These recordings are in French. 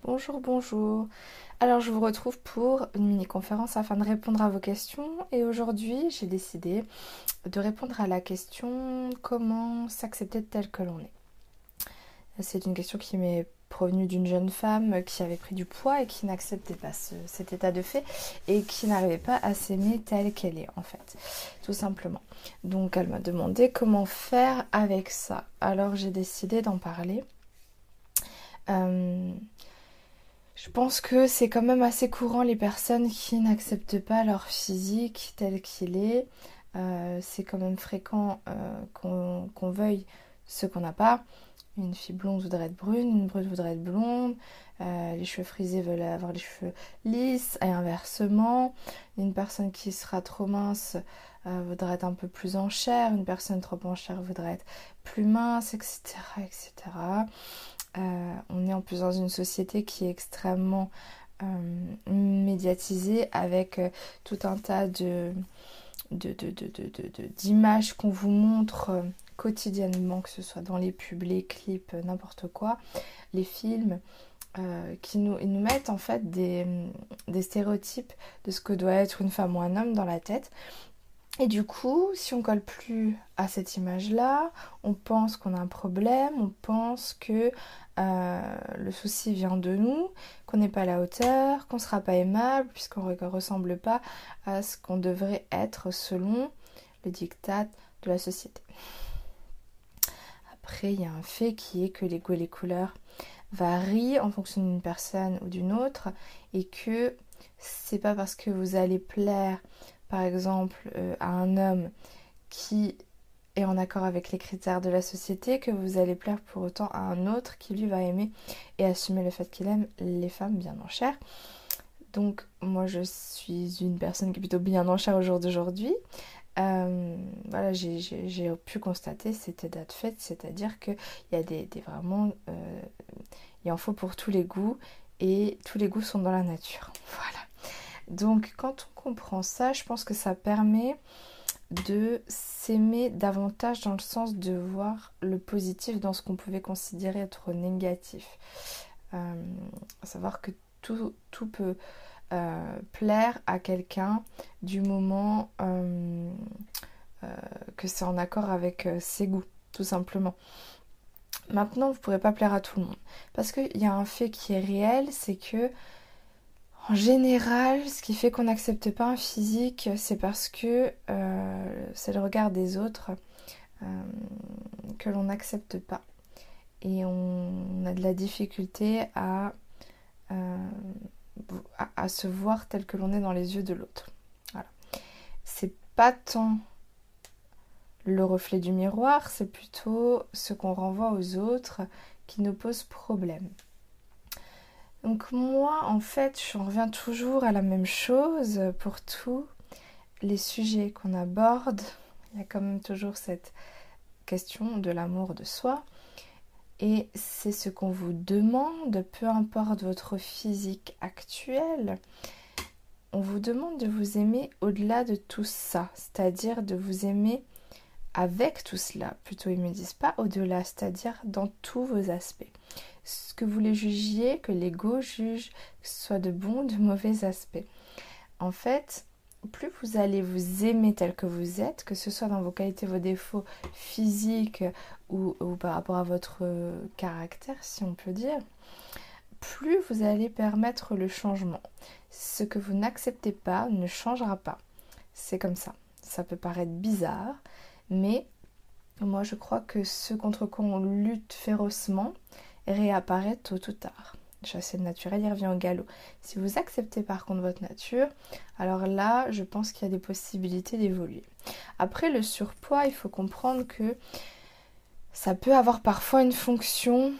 Bonjour, bonjour. Alors je vous retrouve pour une mini-conférence afin de répondre à vos questions et aujourd'hui j'ai décidé de répondre à la question comment s'accepter tel que l'on est. C'est une question qui m'est provenue d'une jeune femme qui avait pris du poids et qui n'acceptait pas cet état de fait et qui n'arrivait pas à s'aimer telle qu'elle est en fait, tout simplement. Donc elle m'a demandé comment faire avec ça. Alors j'ai décidé d'en parler. Euh, Je pense que c'est quand même assez courant les personnes qui n'acceptent pas leur physique tel qu'il est. C'est quand même fréquent qu'on veuille ce qu'on n'a pas. Une fille blonde voudrait être brune, une brune voudrait être blonde, les cheveux frisés veulent avoir les cheveux lisses, et inversement. Une personne qui sera trop mince voudrait être un peu plus en chair, une personne trop en chair voudrait être plus mince, etc. etc. On est en plus dans une société qui est extrêmement médiatisée avec tout un tas d'images qu'on vous montre quotidiennement, que ce soit dans les pubs, les clips, n'importe quoi, les films, ils nous mettent en fait des stéréotypes de ce que doit être une femme ou un homme dans la tête. Et du coup, si on colle plus à cette image-là, on pense qu'on a un problème, on pense que le souci vient de nous, qu'on n'est pas à la hauteur, qu'on ne sera pas aimable, puisqu'on ne ressemble pas à ce qu'on devrait être selon le diktat de la société. Après, il y a un fait qui est que les goûts et les couleurs varient en fonction d'une personne ou d'une autre, et que c'est pas parce que vous allez plaire par exemple à un homme qui est en accord avec les critères de la société que vous allez plaire pour autant à un autre qui lui va aimer et assumer le fait qu'il aime les femmes bien en chair. Donc moi je suis une personne qui est plutôt bien en chair au jour d'aujourd'hui. Voilà, j'ai pu constater cet état de fait, c'est-à-dire qu'il y a vraiment il en faut pour tous les goûts et tous les goûts sont dans la nature. Voilà. Donc quand on comprend ça, je pense que ça permet de s'aimer davantage dans le sens de voir le positif dans ce qu'on pouvait considérer être négatif. À savoir que tout peut plaire à quelqu'un du moment que c'est en accord avec ses goûts, tout simplement. Maintenant, vous ne pourrez pas plaire à tout le monde. Parce qu'il y a un fait qui est réel, c'est que en général, ce qui fait qu'on n'accepte pas un physique, c'est parce que c'est le regard des autres euh, que l'on n'accepte pas. Et on a de la difficulté euh, à se voir tel que l'on est dans les yeux de l'autre. Voilà. C'est pas tant le reflet du miroir, c'est plutôt ce qu'on renvoie aux autres qui nous pose problème. Donc moi, en fait, j'en reviens toujours à la même chose pour tous les sujets qu'on aborde. Il y a quand même toujours cette question de l'amour de soi. Et c'est ce qu'on vous demande, peu importe votre physique actuel. On vous demande de vous aimer au-delà de tout ça, c'est-à-dire de vous aimer avec tout cela. Plutôt, ils ne me disent pas au-delà, c'est-à-dire dans tous vos aspects. Ce que vous les jugiez, que l'ego juge, que ce soit de bons ou de mauvais aspects. En fait, plus vous allez vous aimer tel que vous êtes, que ce soit dans vos qualités, vos défauts physiques ou par rapport à votre caractère, si on peut dire, plus vous allez permettre le changement. Ce que vous n'acceptez pas ne changera pas. C'est comme ça. Ça peut paraître bizarre, mais moi je crois que ce contre quoi on lutte férocement réapparaît tôt ou tard. Chasser le naturel, il revient au galop. Si vous acceptez par contre votre nature, alors là, je pense qu'il y a des possibilités d'évoluer. Après, le surpoids, il faut comprendre que ça peut avoir parfois une fonction.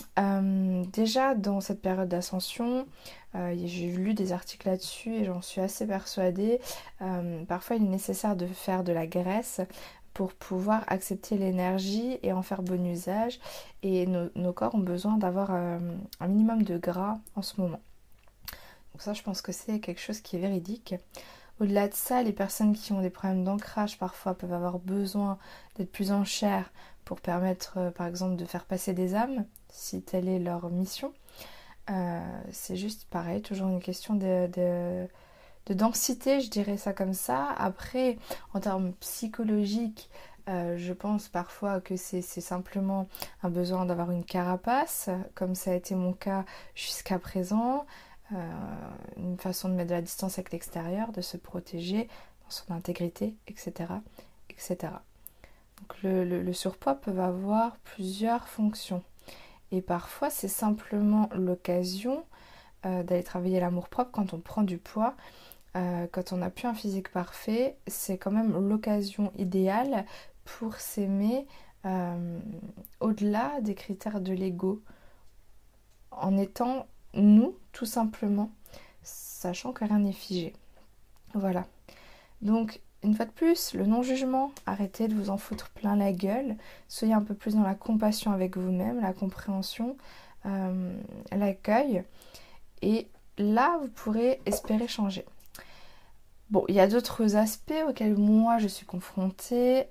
Déjà, dans cette période d'ascension, j'ai lu des articles là-dessus et j'en suis assez persuadée. Parfois, il est nécessaire de faire de la graisse pour pouvoir accepter l'énergie et en faire bon usage. Et nos corps ont besoin d'avoir un minimum de gras en ce moment. Donc ça, je pense que c'est quelque chose qui est véridique. Au-delà de ça, les personnes qui ont des problèmes d'ancrage parfois peuvent avoir besoin d'être plus en chair pour permettre, par exemple, de faire passer des âmes, si telle est leur mission. C'est juste pareil, toujours une question de densité, je dirais ça comme ça. Après, en termes psychologiques, je pense parfois que c'est simplement un besoin d'avoir une carapace, comme ça a été mon cas jusqu'à présent. Une façon de mettre de la distance avec l'extérieur, de se protéger dans son intégrité, etc. etc. Donc le surpoids peut avoir plusieurs fonctions. Et parfois, c'est simplement l'occasion d'aller travailler l'amour-propre quand on prend du poids. Quand on n'a plus un physique parfait, c'est quand même l'occasion idéale pour s'aimer au-delà des critères de l'ego, en étant nous, tout simplement, sachant que rien n'est figé. Voilà. Donc, une fois de plus, le non-jugement, arrêtez de vous en foutre plein la gueule, soyez un peu plus dans la compassion avec vous-même, la compréhension, l'accueil, et là, vous pourrez espérer changer. Bon, il y a d'autres aspects auxquels moi je suis confrontée,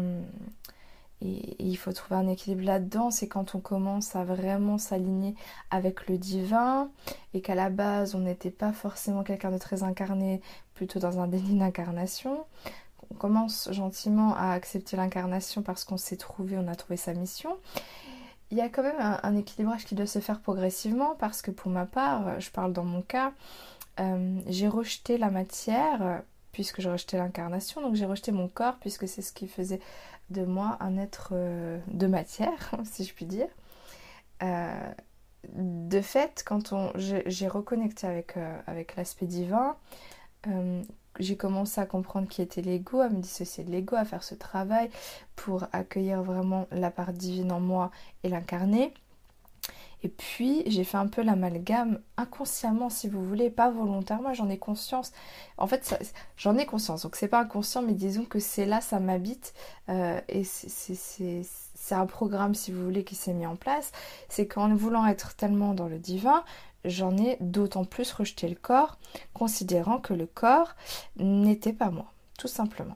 et il faut trouver un équilibre là-dedans. C'est quand on commence à vraiment s'aligner avec le divin et qu'à la base on n'était pas forcément quelqu'un de très incarné, plutôt dans un déni d'incarnation. On commence gentiment à accepter l'incarnation parce qu'on s'est trouvé, on a trouvé sa mission. Il y a quand même un équilibrage qui doit se faire progressivement parce que pour ma part, je parle dans mon cas, j'ai rejeté la matière puisque je rejetais l'incarnation, donc j'ai rejeté mon corps puisque c'est ce qui faisait de moi un être de matière, si je puis dire. De fait, quand j'ai reconnecté avec l'aspect divin, j'ai commencé à comprendre qui était l'ego, à me dissocier de l'ego, à faire ce travail pour accueillir vraiment la part divine en moi et l'incarner. Et puis, j'ai fait un peu l'amalgame inconsciemment, si vous voulez, pas volontairement, j'en ai conscience. En fait, j'en ai conscience, donc c'est pas inconscient, mais disons que c'est là, ça m'habite. Et c'est un programme, si vous voulez, qui s'est mis en place. C'est qu'en voulant être tellement dans le divin, j'en ai d'autant plus rejeté le corps, considérant que le corps n'était pas moi, tout simplement.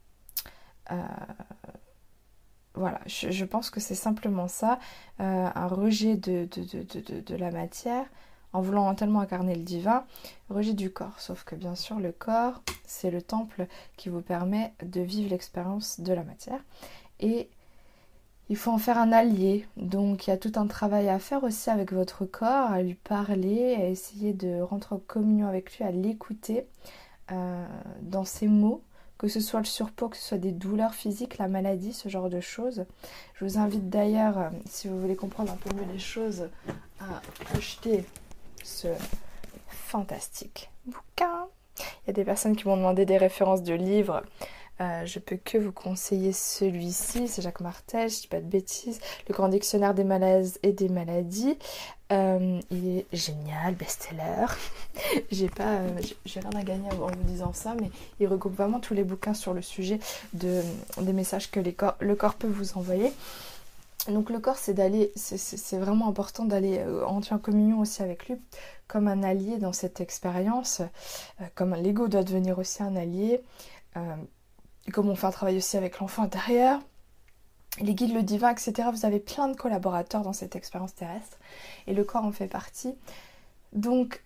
Voilà, je pense que c'est simplement ça, un rejet de la matière, en voulant tellement incarner le divin, rejet du corps. Sauf que bien sûr, le corps, c'est le temple qui vous permet de vivre l'expérience de la matière. Et il faut en faire un allié. Donc il y a tout un travail à faire aussi avec votre corps, à lui parler, à essayer de rentrer en communion avec lui, à l'écouter dans ses mots, que ce soit le surpoids, que ce soit des douleurs physiques, la maladie, ce genre de choses. Je vous invite d'ailleurs, si vous voulez comprendre un peu mieux les choses, à acheter ce fantastique bouquin. Il y a des personnes qui m'ont demandé des références de livres. Je peux que vous conseiller celui-ci, c'est Jacques Martel, je dis pas de bêtises, le grand dictionnaire des malaises et des maladies. Il est génial, best-seller. j'ai rien à gagner en vous disant ça, mais il regroupe vraiment tous les bouquins sur le sujet des messages que le corps peut vous envoyer. Donc le corps, c'est vraiment important d'aller entrer en communion aussi avec lui, comme un allié dans cette expérience, comme l'ego doit devenir aussi un allié. Comme on fait un travail aussi avec l'enfant intérieur, les guides, le divin, etc. Vous avez plein de collaborateurs dans cette expérience terrestre et le corps en fait partie. Donc,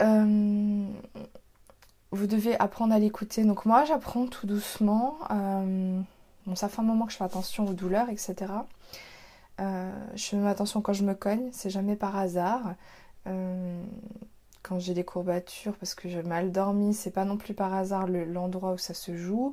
vous devez apprendre à l'écouter. Donc moi, j'apprends tout doucement. Bon, ça fait un moment que je fais attention aux douleurs, etc. Je fais même attention quand je me cogne, c'est jamais par hasard. Quand j'ai des courbatures parce que j'ai mal dormi, c'est pas non plus par hasard l'endroit où ça se joue.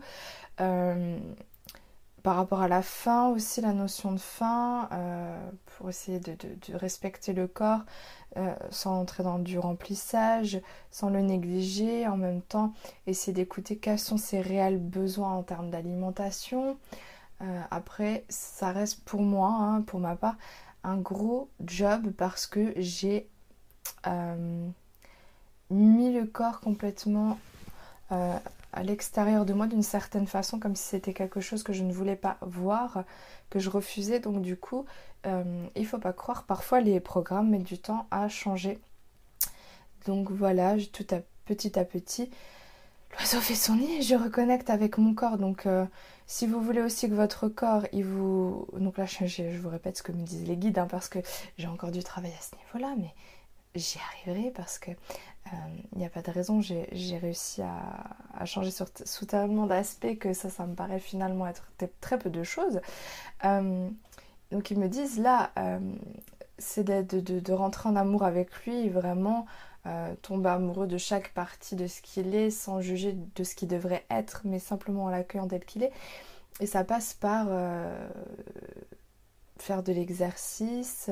Par rapport à la faim aussi, la notion de faim, pour essayer de respecter le corps sans entrer dans du remplissage, sans le négliger, en même temps essayer d'écouter quels sont ses réels besoins en termes d'alimentation. Après, ça reste pour moi, hein, pour ma part, un gros job parce que j'ai mis le corps complètement à l'extérieur de moi d'une certaine façon, comme si c'était quelque chose que je ne voulais pas voir, que je refusais. Donc du coup, il faut pas croire, parfois les programmes mettent du temps à changer. Donc voilà, petit à petit, l'oiseau fait son nid et je reconnecte avec mon corps. Donc si vous voulez aussi que votre corps, donc là je vous répète ce que me disent les guides, hein, parce que j'ai encore du travail à ce niveau-là, mais j'y arriverai parce que il n'y a pas de raison, j'ai réussi à changer sous tellement d'aspects que ça me paraît finalement être très peu de choses. Donc ils me disent là, c'est de rentrer en amour avec lui, vraiment tomber amoureux de chaque partie de ce qu'il est, sans juger de ce qu'il devrait être, mais simplement en l'accueillant tel qu'il est. Et ça passe par faire de l'exercice,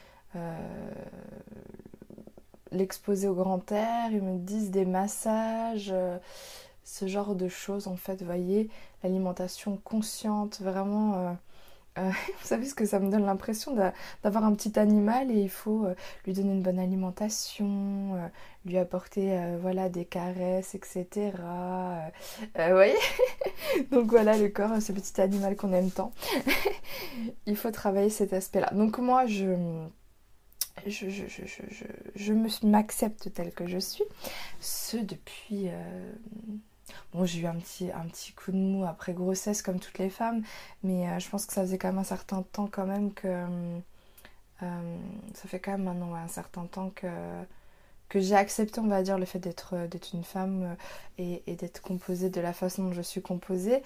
l'exposer au grand air, ils me disent des massages, ce genre de choses en fait, vous voyez, l'alimentation consciente, vraiment, vous savez ce que ça me donne l'impression d'avoir un petit animal et il faut lui donner une bonne alimentation, lui apporter voilà, des caresses, etc. Vous voyez. Donc voilà le corps, ce petit animal qu'on aime tant. Il faut travailler cet aspect-là. Donc moi je m'accepte telle que je suis. Ce depuis... Bon, j'ai eu un petit coup de mou après grossesse comme toutes les femmes, mais je pense que ça faisait quand même un certain temps quand même que... ça fait quand même maintenant un certain temps que j'ai accepté, on va dire, le fait d'être une femme et d'être composée de la façon dont je suis composée.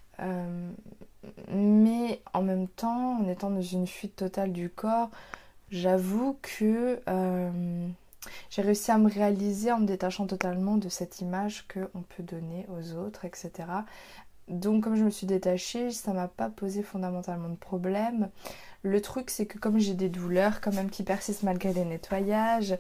Mais en même temps, en étant dans une fuite totale du corps, j'avoue que j'ai réussi à me réaliser en me détachant totalement de cette image qu'on peut donner aux autres, etc. Donc comme je me suis détachée, ça m'a pas posé fondamentalement de problème. Le truc c'est que comme j'ai des douleurs quand même qui persistent malgré les nettoyages,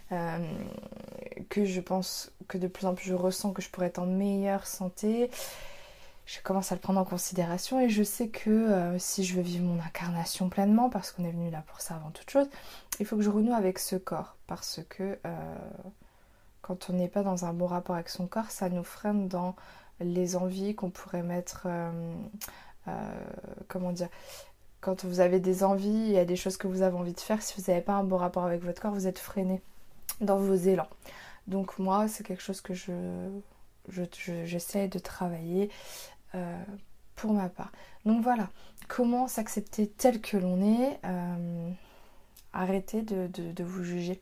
que je pense que de plus en plus je ressens que je pourrais être en meilleure santé, je commence à le prendre en considération et je sais que si je veux vivre mon incarnation pleinement, parce qu'on est venu là pour ça avant toute chose, il faut que je renoue avec ce corps, parce que quand on n'est pas dans un bon rapport avec son corps, ça nous freine dans les envies qu'on pourrait mettre, comment dire, quand vous avez des envies, il y a des choses que vous avez envie de faire, si vous n'avez pas un bon rapport avec votre corps, vous êtes freiné dans vos élans. Donc moi, c'est quelque chose que j'essaie de travailler pour ma part. Donc voilà, comment s'accepter tel que l'on est, arrêtez de vous juger.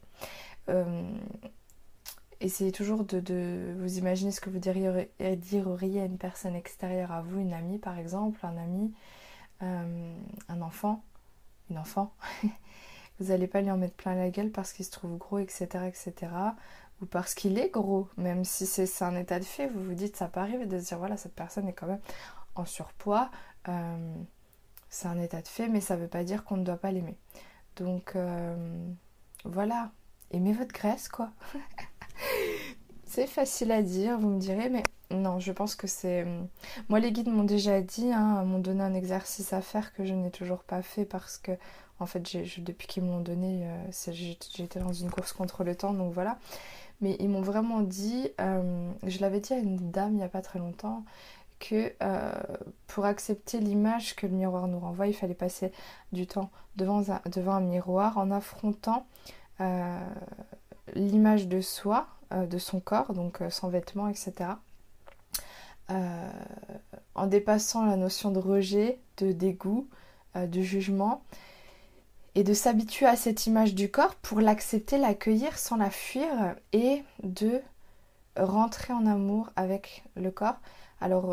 Essayez toujours de vous imaginer ce que vous diriez à une personne extérieure à vous, une amie par exemple, un ami, un enfant, une enfant. Vous n'allez pas lui en mettre plein la gueule parce qu'il se trouve gros, etc., etc. Ou parce qu'il est gros, même si c'est un état de fait, vous vous dites, ça peut arriver de se dire, voilà, cette personne est quand même en surpoids, c'est un état de fait, mais ça ne veut pas dire qu'on ne doit pas l'aimer. Donc, voilà, aimez votre graisse, quoi. C'est facile à dire, vous me direz, mais non, je pense que c'est... Moi, les guides m'ont déjà dit, m'ont donné un exercice à faire que je n'ai toujours pas fait parce que, en fait, depuis qu'ils me l'ont donné, j'étais dans une course contre le temps, donc voilà. Mais ils m'ont vraiment dit, je l'avais dit à une dame il n'y a pas très longtemps, que pour accepter l'image que le miroir nous renvoie, il fallait passer du temps devant un miroir en affrontant l'image de soi, de son corps, donc sans vêtements, etc. En dépassant la notion de rejet, de dégoût, de jugement, et de s'habituer à cette image du corps pour l'accepter, l'accueillir sans la fuir et de rentrer en amour avec le corps. Alors,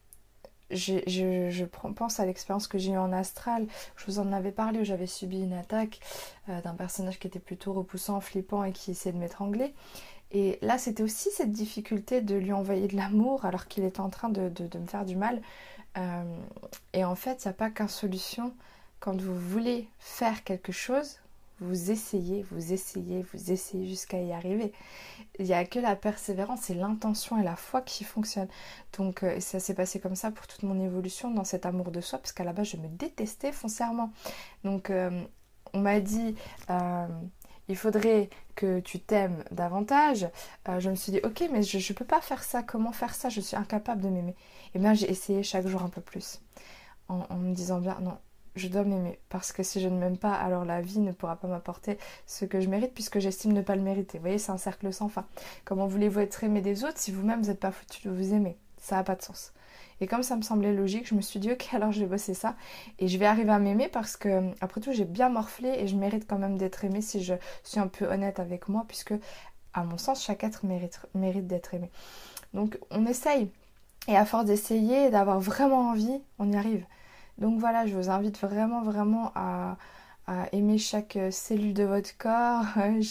je pense à l'expérience que j'ai eue en astral. Je vous en avais parlé où j'avais subi une attaque d'un personnage qui était plutôt repoussant, flippant et qui essayait de m'étrangler. Et là, c'était aussi cette difficulté de lui envoyer de l'amour alors qu'il était en train de me faire du mal. Et en fait, il n'y a pas qu'une solution. Quand vous voulez faire quelque chose, vous essayez jusqu'à y arriver. Il n'y a que la persévérance et l'intention et la foi qui fonctionnent. Donc ça s'est passé comme ça pour toute mon évolution dans cet amour de soi, parce qu'à la base je me détestais foncièrement. Donc on m'a dit il faudrait que tu t'aimes davantage. Je me suis dit ok, mais je ne peux pas faire ça, comment faire ça, je suis incapable de m'aimer. Et bien j'ai essayé chaque jour un peu plus en me disant bien non, je dois m'aimer, parce que si je ne m'aime pas, alors la vie ne pourra pas m'apporter ce que je mérite, puisque j'estime ne pas le mériter. Vous voyez, c'est un cercle sans fin. Comment voulez-vous être aimé des autres si vous-même vous n'êtes pas foutu de vous aimer? Ça n'a pas de sens. Et comme ça me semblait logique, je me suis dit ok, alors je vais bosser ça et je vais arriver à m'aimer parce que après tout j'ai bien morflé et je mérite quand même d'être aimée si je suis un peu honnête avec moi, puisque à mon sens chaque être mérite d'être aimé. Donc on essaye, et à force d'essayer et d'avoir vraiment envie, on y arrive. Donc voilà, je vous invite vraiment vraiment à aimer chaque cellule de votre corps,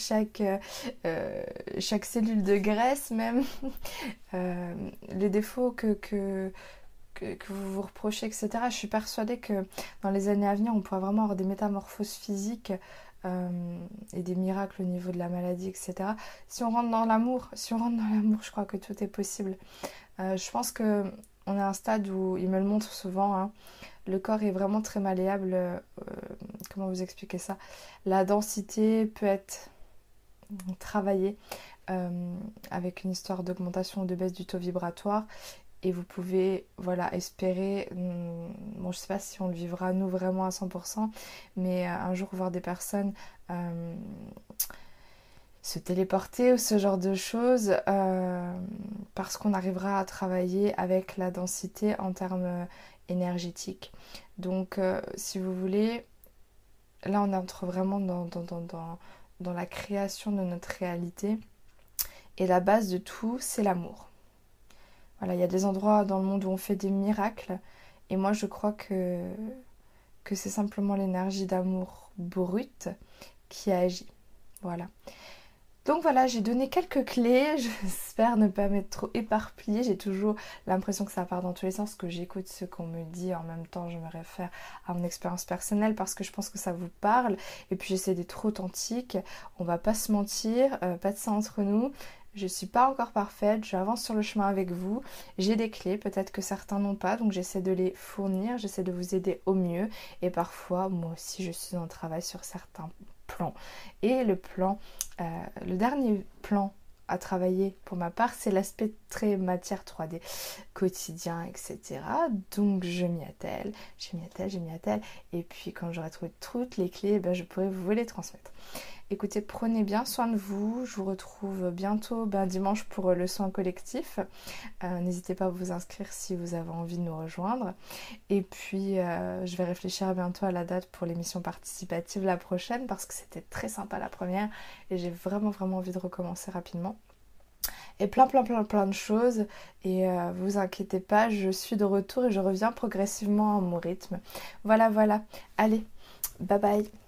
chaque cellule de graisse même, les défauts que vous vous reprochez, etc. Je suis persuadée que dans les années à venir, on pourra vraiment avoir des métamorphoses physiques et des miracles au niveau de la maladie, etc. Si on rentre dans l'amour, je crois que tout est possible. Je pense que on est à un stade où, il me le montre souvent, hein, le corps est vraiment très malléable. Comment vous expliquer ça? La densité peut être travaillée avec une histoire d'augmentation ou de baisse du taux vibratoire. Et vous pouvez, voilà, espérer, bon je sais pas si on le vivra nous vraiment à 100%, mais un jour voir des personnes se téléporter ou ce genre de choses, parce qu'on arrivera à travailler avec la densité en termes énergétiques. Donc si vous voulez, là on entre vraiment dans la création de notre réalité, et la base de tout c'est l'amour. Voilà, il y a des endroits dans le monde où on fait des miracles, et moi je crois que c'est simplement l'énergie d'amour brute qui agit. Voilà. Donc voilà, j'ai donné quelques clés, j'espère ne pas m'être trop éparpillée, j'ai toujours l'impression que ça part dans tous les sens, que j'écoute ce qu'on me dit, en même temps je me réfère à mon expérience personnelle parce que je pense que ça vous parle, et puis j'essaie d'être authentique, on va pas se mentir, pas de ça entre nous. Je suis pas encore parfaite, j'avance sur le chemin avec vous, j'ai des clés, peut-être que certains n'ont pas, donc j'essaie de les fournir, j'essaie de vous aider au mieux, et parfois moi aussi je suis en travail sur certains plans. Et le dernier plan à travailler pour ma part, c'est l'aspect très matière 3D, quotidien, etc. Donc je m'y attelle, et puis quand j'aurai trouvé toutes les clés, je pourrai vous les transmettre. Écoutez, prenez bien soin de vous. Je vous retrouve bientôt dimanche pour le soin collectif. N'hésitez pas à vous inscrire si vous avez envie de nous rejoindre. Et puis, je vais réfléchir bientôt à la date pour l'émission participative la prochaine, parce que c'était très sympa la première et j'ai vraiment vraiment envie de recommencer rapidement. Et plein de choses. Et vous inquiétez pas, je suis de retour et je reviens progressivement à mon rythme. Voilà. Allez, bye bye.